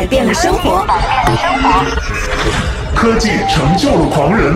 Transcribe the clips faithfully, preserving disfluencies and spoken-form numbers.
改变了生活。 科技成就了狂人，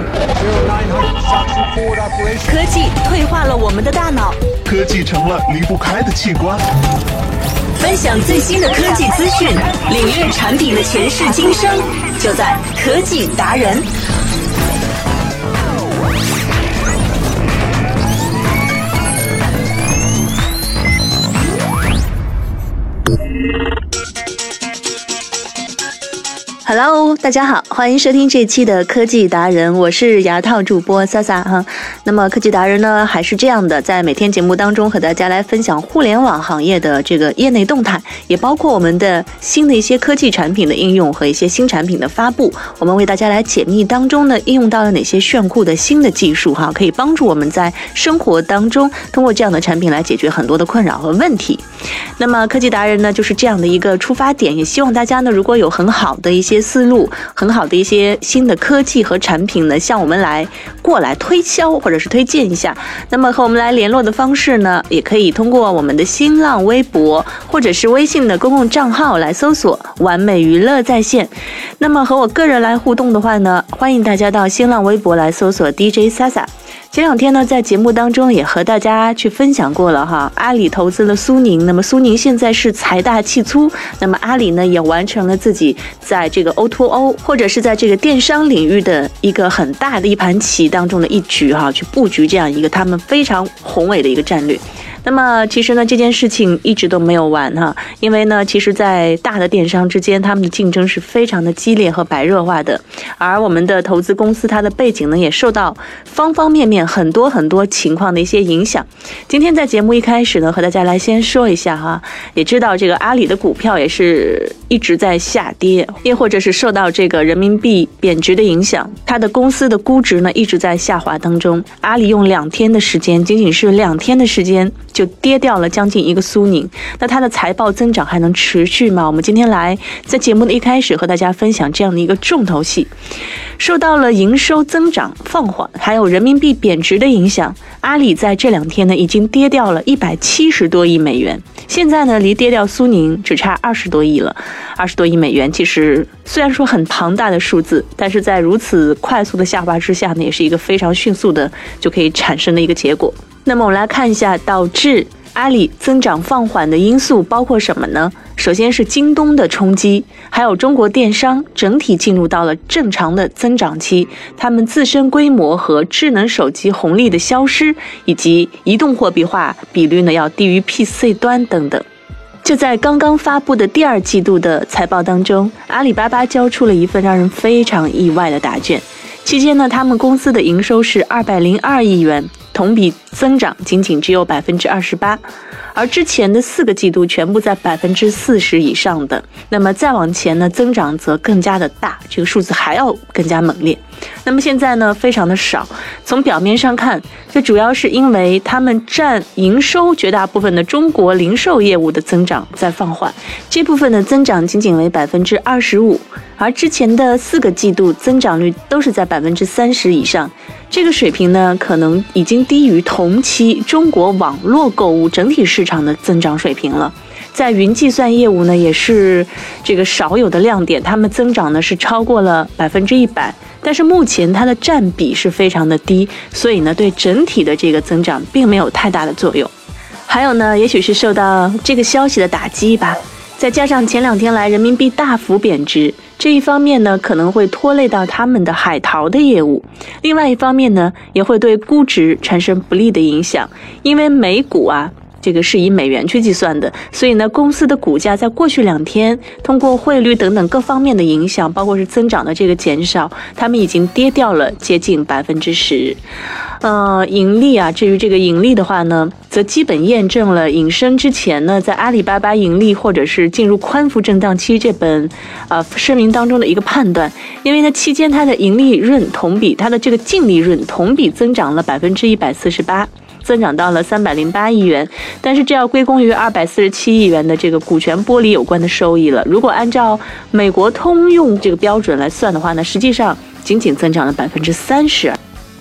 科技退化了我们的大脑， 科技成了离不开的器官。 分享最新的科技资讯，领略产品的前世今生，就在科技达人。Hello， 大家好，欢迎收听这期的科技达人，我是牙套主播萨萨哈。那么科技达人呢，还是这样的，在每天节目当中和大家来分享互联网行业的这个业内动态，也包括我们的新的一些科技产品的应用和一些新产品的发布。我们为大家来解密当中呢，应用到了哪些炫酷的新的技术哈，可以帮助我们在生活当中通过这样的产品来解决很多的困扰和问题。那么科技达人呢，就是这样的一个出发点，也希望大家呢，如果有很好的一些思路，很好的一些新的科技和产品呢，向我们来过来推销或者是推荐一下。那么和我们来联络的方式呢，也可以通过我们的新浪微博或者是微信的公共账号来搜索完美娱乐在线。那么和我个人来互动的话呢，欢迎大家到新浪微博来搜索 D J Sasa。前两天呢，在节目当中也和大家去分享过了哈，阿里投资了苏宁，那么苏宁现在是财大气粗，那么阿里呢也完成了自己在这个 O to O 或者是在这个电商领域的一个很大的一盘棋当中的一局哈，去布局这样一个他们非常宏伟的一个战略。那么其实呢，这件事情一直都没有完哈，因为呢，其实在大的电商之间，他们的竞争是非常的激烈和白热化的，而我们的投资公司它的背景呢，也受到方方面面很多很多情况的一些影响。今天在节目一开始呢，和大家来先说一下哈，也知道这个阿里的股票也是一直在下跌，也或者是受到这个人民币贬值的影响，它的公司的估值呢一直在下滑当中。阿里用两天的时间，仅仅是两天的时间就跌掉了将近一个苏宁，那它的财报增长还能持续吗？我们今天来在节目的一开始和大家分享这样的一个重头戏。受到了营收增长放缓，还有人民币贬值的影响，阿里在这两天呢已经跌掉了一百七十多亿美元，现在呢离跌掉苏宁只差二十多亿了。二十多亿美元其实虽然说很庞大的数字，但是在如此快速的下滑之下呢，也是一个非常迅速的就可以产生的一个结果。那么我们来看一下导致阿里增长放缓的因素包括什么呢？首先是京东的冲击，还有中国电商整体进入到了正常的增长期，他们自身规模和智能手机红利的消失，以及移动货币化比率呢要低于 P C 端等等。就在刚刚发布的第二季度的财报当中，阿里巴巴交出了一份让人非常意外的答卷。期间呢，他们公司的营收是二百零二亿元，同比增长仅仅只有百分之二十八，而之前的四个季度全部在百分之四十以上的。那么再往前呢，增长则更加的大，这个数字还要更加猛烈。那么现在呢，非常的少。从表面上看，这主要是因为他们占营收绝大部分的中国零售业务的增长在放缓，这部分的增长仅仅为百分之二十五，而之前的四个季度增长率都是在百分之三十以上。这个水平呢，可能已经低于同期中国网络购物整体市场的增长水平了。在云计算业务呢，也是这个少有的亮点，他们增长呢是超过了百分之一百，但是目前它的占比是非常的低，所以呢，对整体的这个增长并没有太大的作用。还有呢，也许是受到这个消息的打击吧，再加上前两天来人民币大幅贬值，这一方面呢可能会拖累到他们的海淘的业务，另外一方面呢也会对估值产生不利的影响，因为美股啊这个是以美元去计算的，所以呢公司的股价在过去两天通过汇率等等各方面的影响，包括是增长的这个减少，他们已经跌掉了接近百分之十。呃，盈利啊，至于这个盈利的话呢，则基本验证了引申之前呢，在阿里巴巴盈利或者是进入宽幅震荡期这本呃声明当中的一个判断，因为呢期间它的盈利润同比，它的这个净利润同比增长了百分之一百四十八。增长到了三百零八亿元，但是这要归功于二百四十七亿元的这个股权剥离有关的收益了。如果按照美国通用这个标准来算的话呢，实际上仅仅增长了百分之三十。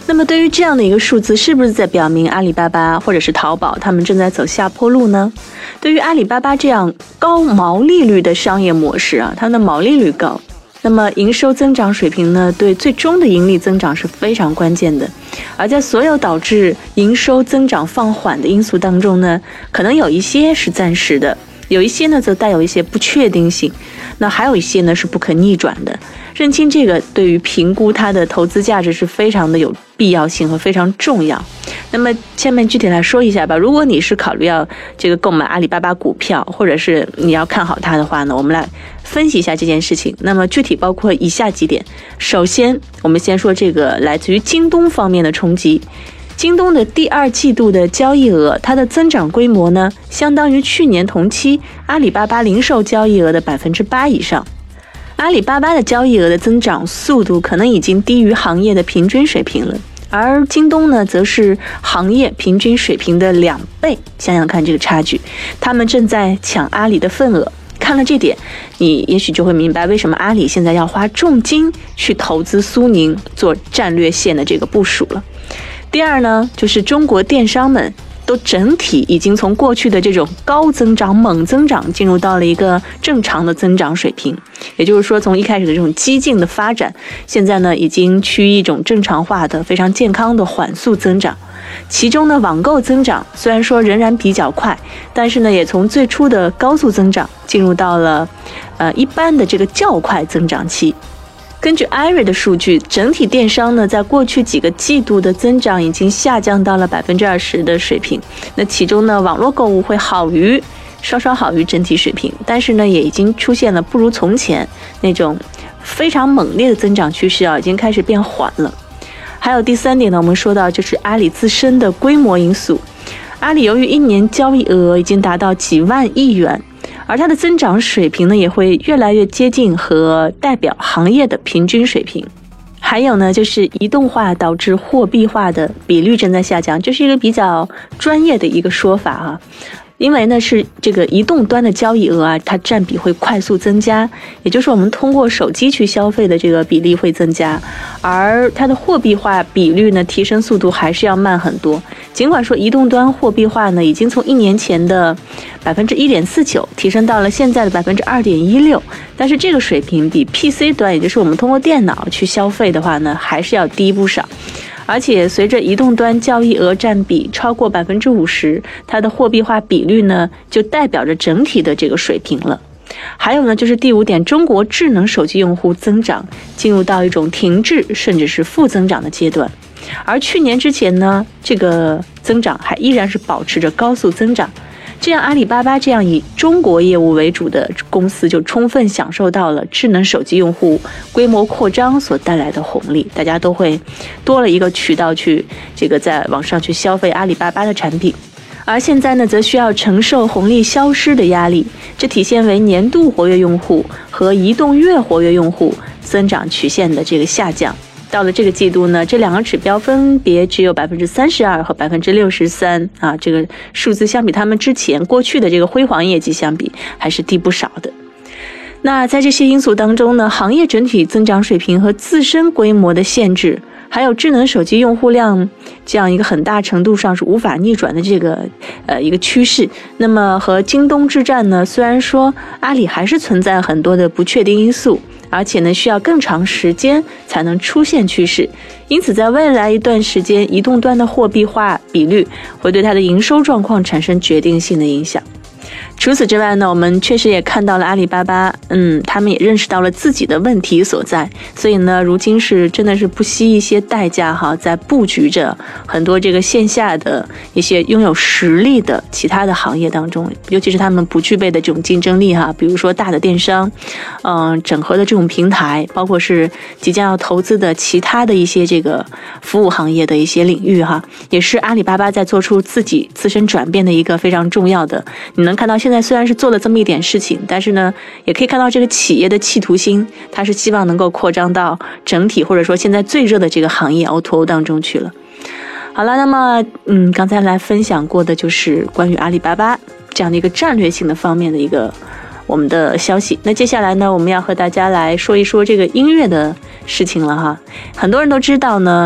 那么对于这样的一个数字，是不是在表明阿里巴巴或者是淘宝他们正在走下坡路呢？对于阿里巴巴这样高毛利率的商业模式啊，它的毛利率高，那么营收增长水平呢，对最终的盈利增长是非常关键的。而在所有导致营收增长放缓的因素当中呢，可能有一些是暂时的，有一些呢则带有一些不确定性，那还有一些呢是不可逆转的。认清这个，对于评估它的投资价值是非常的有必要性和非常重要。那么下面具体来说一下吧。如果你是考虑要这个购买阿里巴巴股票，或者是你要看好它的话呢，我们来分析一下这件事情。那么具体包括以下几点。首先，我们先说这个来自于京东方面的冲击。京东的第二季度的交易额，它的增长规模呢，相当于去年同期阿里巴巴零售交易额的百分之八以上。阿里巴巴的交易额的增长速度可能已经低于行业的平均水平了，而京东呢，则是行业平均水平的两倍。想想看这个差距，他们正在抢阿里的份额。看了这点，你也许就会明白为什么阿里现在要花重金去投资苏宁做战略线的这个部署了。第二呢，就是中国电商们都整体已经从过去的这种高增长、猛增长，进入到了一个正常的增长水平。也就是说，从一开始的这种激进的发展，现在呢已经趋于一种正常化的、非常健康的缓速增长。其中呢，网购增长虽然说仍然比较快，但是呢，也从最初的高速增长进入到了呃一般的这个较快增长期。根据 艾瑞 的数据，整体电商呢，在过去几个季度的增长已经下降到了百分之二十的水平。那其中呢，网络购物会好于稍稍好于整体水平，但是呢，也已经出现了不如从前那种非常猛烈的增长趋势啊，已经开始变缓了。还有第三点呢，我们说到就是阿里自身的规模因素。阿里由于一年交易额已经达到几万亿元，而它的增长水平呢，也会越来越接近和代表行业的平均水平。还有呢，就是移动化导致货币化的比率正在下降，这是一个比较专业的一个说法啊。因为呢，是这个移动端的交易额啊，它占比会快速增加，也就是我们通过手机去消费的这个比例会增加，而它的货币化比率呢，提升速度还是要慢很多。尽管说移动端货币化呢，已经从一年前的百分之一点四九提升到了现在的百分之二点一六，但是这个水平比 P C 端，也就是我们通过电脑去消费的话呢，还是要低不少。而且随着移动端交易额占比超过百分之五十，它的货币化比率呢，就代表着整体的这个水平了。还有呢，就是第五点，中国智能手机用户增长进入到一种停滞甚至是负增长的阶段，而去年之前呢，这个增长还依然是保持着高速增长。这样阿里巴巴这样以中国业务为主的公司就充分享受到了智能手机用户规模扩张所带来的红利，大家都会多了一个渠道去这个在网上去消费阿里巴巴的产品。而现在呢，则需要承受红利消失的压力，这体现为年度活跃用户和移动月活跃用户增长曲线的这个下降。到了这个季度呢，这两个指标分别只有百分之三十二和百分之六十三啊，这个数字相比他们之前过去的这个辉煌业绩相比，还是低不少的。那在这些因素当中呢，行业整体增长水平和自身规模的限制，还有智能手机用户量这样一个很大程度上是无法逆转的这个呃一个趋势。那么和京东之战呢，虽然说阿里还是存在很多的不确定因素，而且呢需要更长时间才能出现趋势，因此在未来一段时间，移动端的货币化比率会对它的营收状况产生决定性的影响。除此之外呢，我们确实也看到了阿里巴巴，嗯，他们也认识到了自己的问题所在，所以呢，如今是真的是不惜一些代价哈，在布局着很多这个线下的一些拥有实力的其他的行业当中，尤其是他们不具备的这种竞争力哈，比如说大的电商，嗯、呃，整合的这种平台，包括是即将要投资的其他的一些这个服务行业的一些领域哈，也是阿里巴巴在做出自己自身转变的一个非常重要的。你能看到现在虽然是做了这么一点事情，但是呢，也可以看到这个企业的企图心，它是希望能够扩张到整体或者说现在最热的这个行业 O to O 当中去了。好了，那么嗯，刚才来分享过的就是关于阿里巴巴这样的一个战略性的方面的一个我们的消息。那接下来呢，我们要和大家来说一说这个音乐的事情了哈。很多人都知道呢，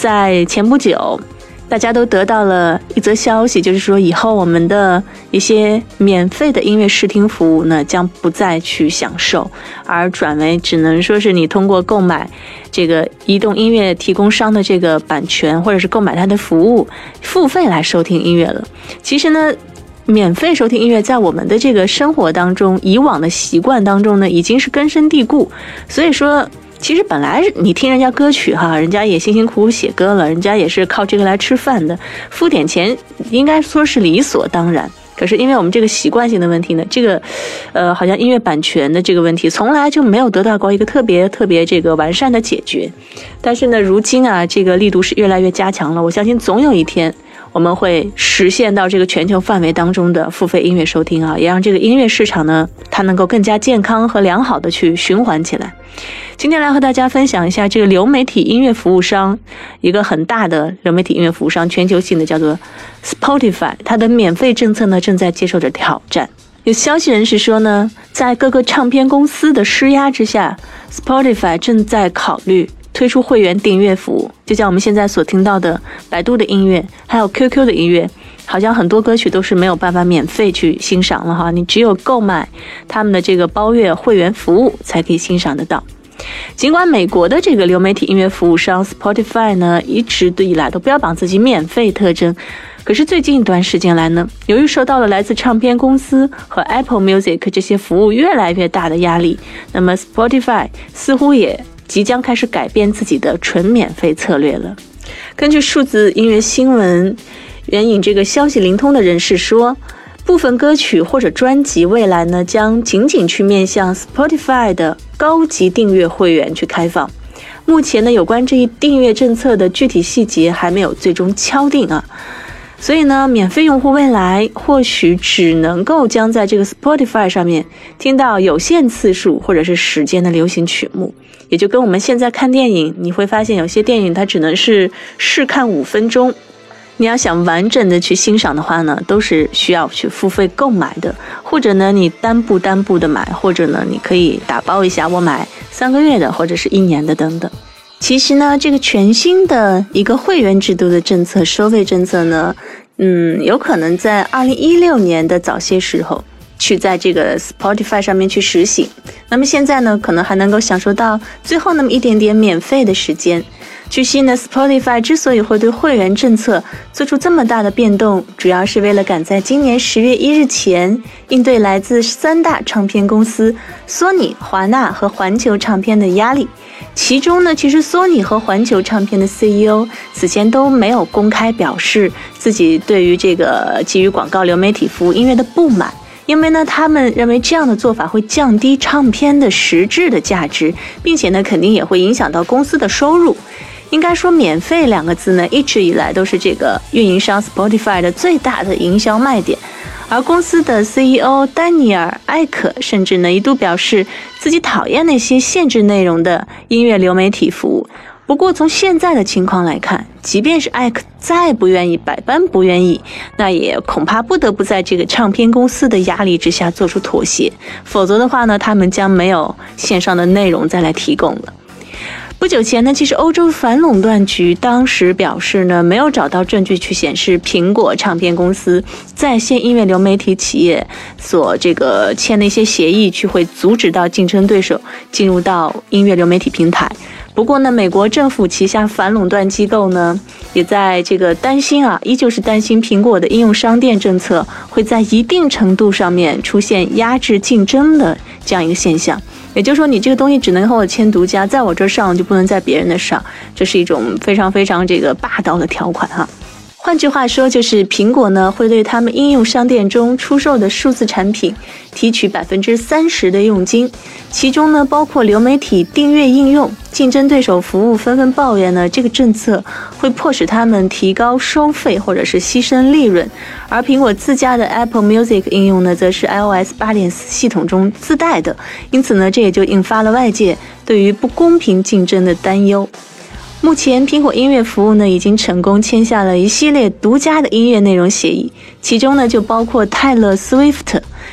在前不久大家都得到了一则消息，就是说以后我们的一些免费的音乐试听服务呢，将不再去享受，而转为只能说是你通过购买这个移动音乐提供商的这个版权，或者是购买它的服务，付费来收听音乐了。其实呢，免费收听音乐在我们的这个生活当中，以往的习惯当中呢，已经是根深蒂固。所以说其实本来你听人家歌曲哈，人家也辛辛苦苦写歌了，人家也是靠这个来吃饭的，付点钱应该说是理所当然。可是因为我们这个习惯性的问题呢，这个呃好像音乐版权的这个问题从来就没有得到过一个特别特别这个完善的解决。但是呢，如今啊这个力度是越来越加强了，我相信总有一天我们会实现到这个全球范围当中的付费音乐收听啊，也让这个音乐市场呢，它能够更加健康和良好的去循环起来。今天来和大家分享一下这个流媒体音乐服务商，一个很大的流媒体音乐服务商，全球性的叫做 Spotify， 它的免费政策呢正在接受着挑战。有消息人士说呢，在各个唱片公司的施压之下， Spotify 正在考虑推出会员订阅服务，就像我们现在所听到的百度的音乐还有 Q Q 的音乐，好像很多歌曲都是没有办法免费去欣赏了哈，你只有购买他们的这个包月会员服务才可以欣赏得到。尽管美国的这个流媒体音乐服务商 Spotify 呢，一直以来都标榜自己免费特征，可是最近一段时间来呢，由于受到了来自唱片公司和 Apple Music 这些服务越来越大的压力，那么 Spotify 似乎也即将开始改变自己的纯免费策略了。根据数字音乐新闻援引这个消息灵通的人士说，部分歌曲或者专辑未来呢将仅仅去面向 Spotify 的高级订阅会员去开放。目前呢，有关这一订阅政策的具体细节还没有最终敲定啊，所以呢，免费用户未来或许只能够将在这个 Spotify 上面听到有限次数或者是时间的流行曲目，也就跟我们现在看电影，你会发现有些电影它只能是试看五分钟，你要想完整的去欣赏的话呢，都是需要去付费购买的，或者呢你单部单部的买，或者呢你可以打包一下，我买三个月的或者是一年的等等。其实呢，这个全新的一个会员制度的政策，收费政策呢，嗯，有可能在二零一六年的早些时候去在这个 Spotify 上面去实行。那么现在呢，可能还能够享受到最后那么一点点免费的时间。据悉呢， Spotify 之所以会对会员政策做出这么大的变动，主要是为了赶在今年十月一日前应对来自三大唱片公司索尼、华纳和环球唱片的压力。其中呢，其实索尼和环球唱片的 C E O 此前都没有公开表示自己对于这个基于广告流媒体服务音乐的不满，因为呢，他们认为这样的做法会降低唱片的实质的价值，并且呢，肯定也会影响到公司的收入。应该说，免费两个字呢，一直以来都是这个运营商 Spotify 的最大的营销卖点。而公司的 C E O 丹尼尔·艾克甚至呢一度表示自己讨厌那些限制内容的音乐流媒体服务。不过从现在的情况来看，即便是艾克再不愿意，百般不愿意，那也恐怕不得不在这个唱片公司的压力之下做出妥协，否则的话呢，他们将没有线上的内容再来提供了。不久前呢，其实欧洲反垄断局当时表示呢，没有找到证据去显示苹果唱片公司在线音乐流媒体企业所这个签的一些协议去会阻止到竞争对手进入到音乐流媒体平台。不过呢，美国政府旗下反垄断机构呢，也在这个担心啊，依旧是担心苹果的应用商店政策会在一定程度上面出现压制竞争的这样一个现象。也就是说，你这个东西只能和我签独家，在我这上就不能在别人的上，这是一种非常非常这个霸道的条款哈。换句话说，就是苹果呢会对他们应用商店中出售的数字产品提取百分之三十的佣金，其中呢包括流媒体订阅应用。竞争对手服务纷纷抱怨呢，这个政策会迫使他们提高收费或者是牺牲利润。而苹果自家的 Apple Music 应用呢，则是 iOS 八点四 系统中自带的，因此呢，这也就引发了外界对于不公平竞争的担忧。目前苹果音乐服务呢已经成功签下了一系列独家的音乐内容协议，其中呢就包括泰勒·斯威夫特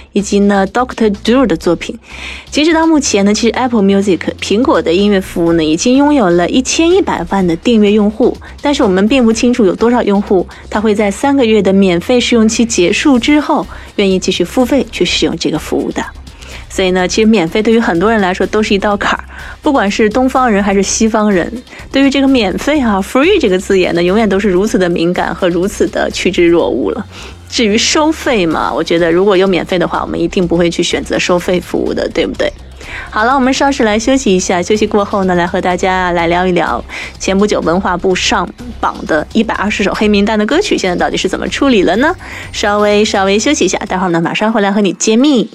以及呢 Doctor Dre 的作品。截止到目前呢，其实 Apple Music 苹果的音乐服务呢已经拥有了一千一百万的订阅用户，但是我们并不清楚有多少用户他会在三个月的免费试用期结束之后愿意继续付费去使用这个服务的。所以呢，其实免费对于很多人来说都是一道坎儿，不管是东方人还是西方人，对于这个免费啊 free 这个字眼呢，永远都是如此的敏感和如此的趋之若鹜了。至于收费嘛，我觉得如果有免费的话，我们一定不会去选择收费服务的，对不对？好了，我们稍事来休息一下，休息过后呢，来和大家来聊一聊前不久文化部上榜的一百二十首黑名单的歌曲，现在到底是怎么处理了呢？稍微稍微休息一下，待会儿呢马上回来和你揭秘。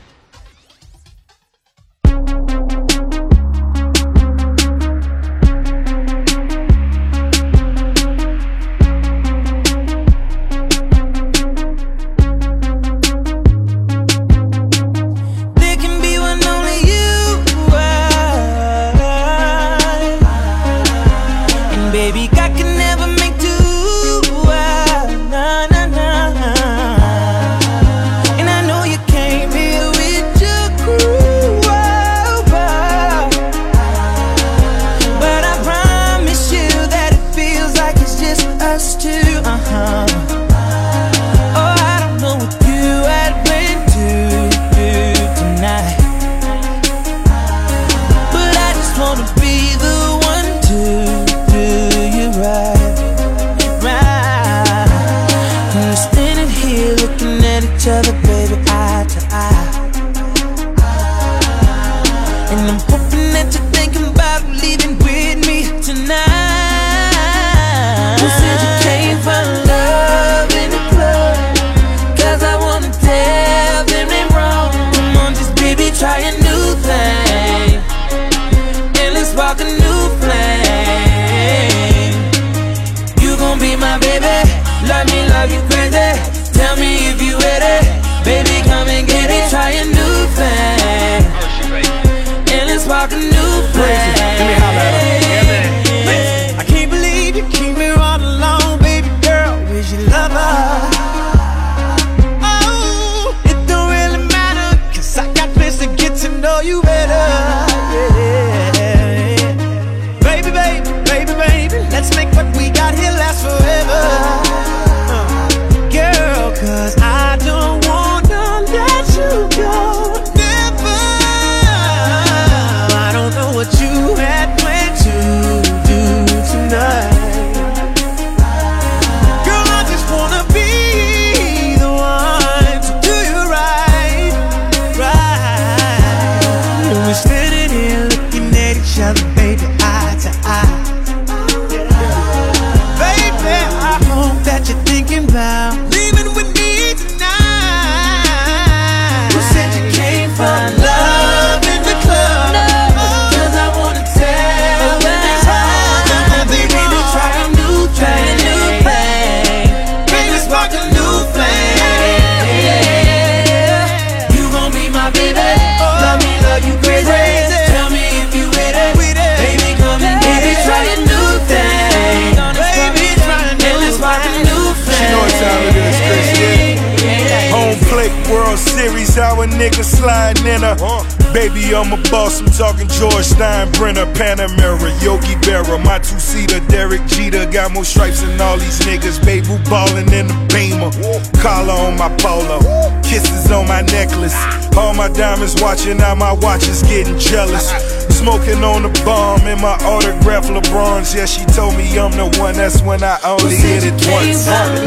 Nigga sliding in a baby, I'm a boss. I'm talking George Steinbrenner, Panamera, Yogi Berra, my two-seater, Derek Jeter. Got more stripes than all these niggas. Babe, who ballin' in the Beamer. Collar on my polo, kisses on my necklace. All my diamonds watching, now my watch is getting jealous. Smoking on the bomb in my autograph LeBrons. Yeah, she told me I'm the one. That's when I only hit it once. Love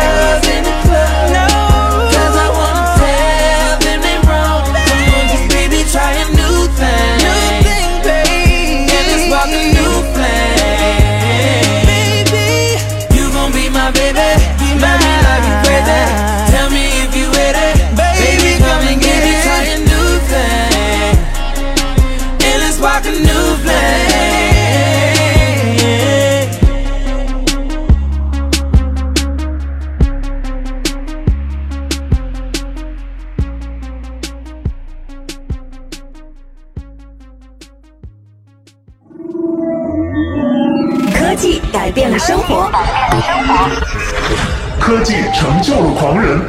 in the club. No. Try a new thing, new thing, baby. And let's walk a new flame, baby. You gon' be my baby, be my me like you crazy. Tell me if you with it, baby. Come and get it. Try a new thing, and let's walk a new flame. 科技改变了生活。 科技成就了狂人，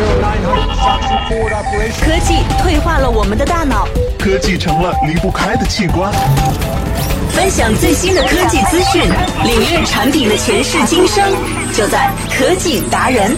科技退化了我们的大脑， 科技成了离不开的器官。 分享最新的科技资讯，领略产品的前世今生，就在科技达人。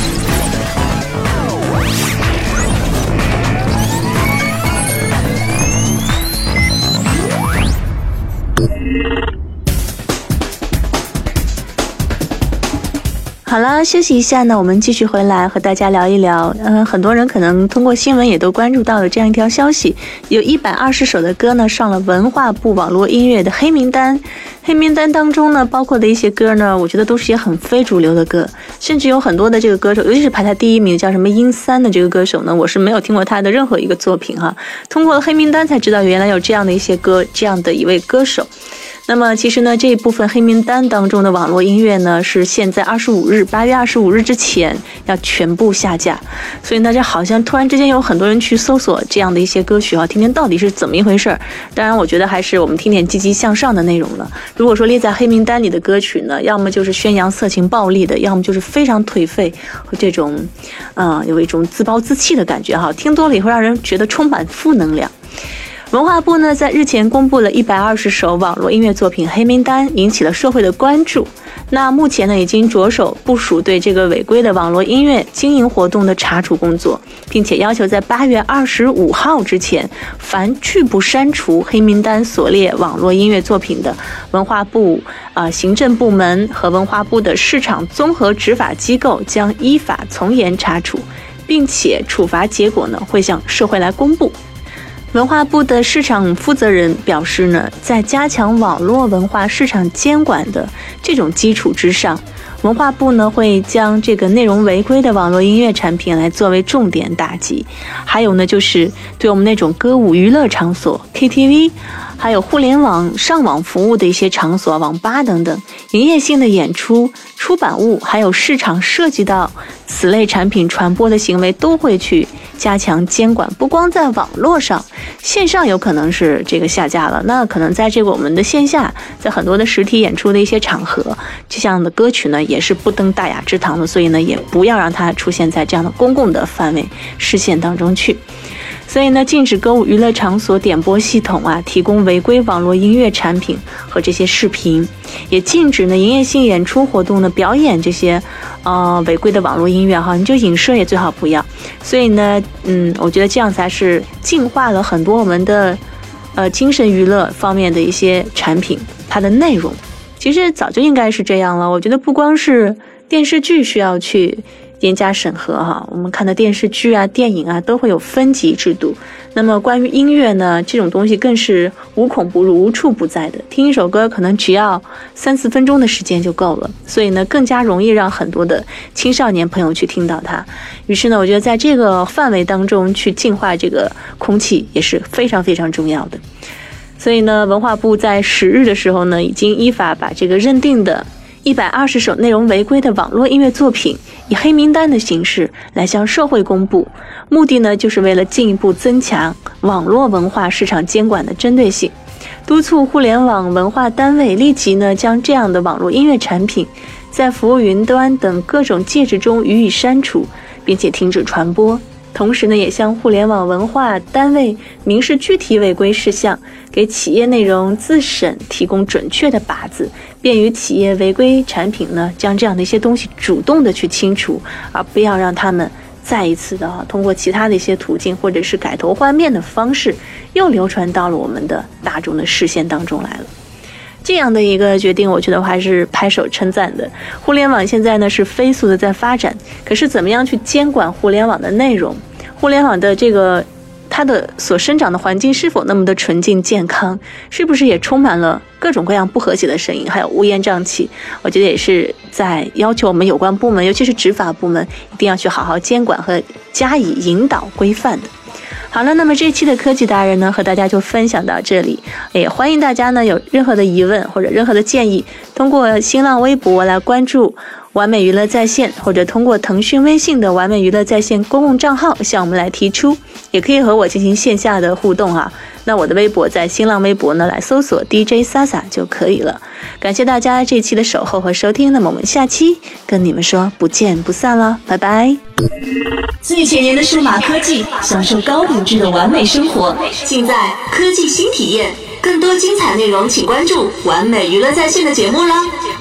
好了，休息一下呢，我们继续回来和大家聊一聊。嗯，很多人可能通过新闻也都关注到了这样一条消息，有一百二十首的歌呢上了文化部网络音乐的黑名单。黑名单当中呢，包括的一些歌呢，我觉得都是些很非主流的歌，甚至有很多的这个歌手，尤其是排在第一名叫什么音三的这个歌手呢，我是没有听过他的任何一个作品哈。通过了黑名单才知道原来有这样的一些歌，这样的一位歌手。那么其实呢，这一部分黑名单当中的网络音乐呢，是现在二十五日，八月二十五日之前要全部下架。所以呢，这好像突然之间有很多人去搜索这样的一些歌曲啊，听听到底是怎么一回事儿。当然，我觉得还是我们听点积极向上的内容了。如果说列在黑名单里的歌曲呢，要么就是宣扬色情暴力的，要么就是非常颓废和这种，嗯、呃，有一种自暴自弃的感觉哈，听多了也会让人觉得充满负能量。文化部呢，在日前公布了一百二十首网络音乐作品黑名单，引起了社会的关注。那目前呢，已经着手部署对这个违规的网络音乐经营活动的查处工作，并且要求在八月二十五号之前，凡拒不删除黑名单所列网络音乐作品的，文化部啊、呃、行政部门和文化部的市场综合执法机构将依法从严查处，并且处罚结果呢会向社会来公布。文化部的市场负责人表示呢，在加强网络文化市场监管的这种基础之上，文化部呢会将这个内容违规的网络音乐产品来作为重点打击。还有呢，就是对我们那种歌舞娱乐场所 K T V 还有互联网上网服务的一些场所，网吧等等，营业性的演出、出版物还有市场涉及到此类产品传播的行为，都会去加强监管。不光在网络上，线上有可能是这个下架了，那可能在这个我们的线下，在很多的实体演出的一些场合，这样的歌曲呢也是不登大雅之堂的，所以呢也不要让它出现在这样的公共的范围视线当中去。所以呢，禁止歌舞娱乐场所点播系统啊提供违规网络音乐产品和这些视频，也禁止呢营业性演出活动呢表演这些呃违规的网络音乐哈，你就影视也最好不要。所以呢，嗯，我觉得这样才是净化了很多我们的呃精神娱乐方面的一些产品，它的内容其实早就应该是这样了。我觉得不光是电视剧需要去严加审核哈，我们看的电视剧啊、电影啊都会有分级制度。那么关于音乐呢，这种东西更是无孔不入、无处不在的。听一首歌可能只要三四分钟的时间就够了，所以呢，更加容易让很多的青少年朋友去听到它。于是呢，我觉得在这个范围当中去净化这个空气也是非常非常重要的。所以呢，文化部在十日的时候呢，已经依法把这个认定的一百二十首内容违规的网络音乐作品以黑名单的形式来向社会公布，目的呢就是为了进一步增强网络文化市场监管的针对性，督促互联网文化单位立即呢将这样的网络音乐产品在服务云端等各种介质中予以删除，并且停止传播。同时呢，也向互联网文化单位明示具体违规事项，给企业内容自审提供准确的靶子，便于企业违规产品呢将这样的一些东西主动的去清除，而不要让他们再一次的啊通过其他的一些途径或者是改头换面的方式又流传到了我们的大众的视线当中来了。这样的一个决定，我觉得我还是拍手称赞的。互联网现在呢是飞速的在发展，可是怎么样去监管互联网的内容？互联网的这个它的所生长的环境是否那么的纯净健康？是不是也充满了各种各样不和谐的声音，还有乌烟瘴气？我觉得也是在要求我们有关部门，尤其是执法部门，一定要去好好监管和加以引导规范的。好了，那么这期的科技达人呢，和大家就分享到这里。也欢迎大家呢有任何的疑问或者任何的建议，通过新浪微博来关注完美娱乐在线，或者通过腾讯微信的完美娱乐在线公共账号向我们来提出，也可以和我进行线下的互动啊。那我的微博在新浪微博呢来搜索 D J Sasa 就可以了。感谢大家这期的守候和收听，那么我们下期跟你们说不见不散了，拜拜。 最前沿的数码科技，享受高品质的完美生活，尽在科技新体验。更多精彩内容请关注完美娱乐在线的节目啦。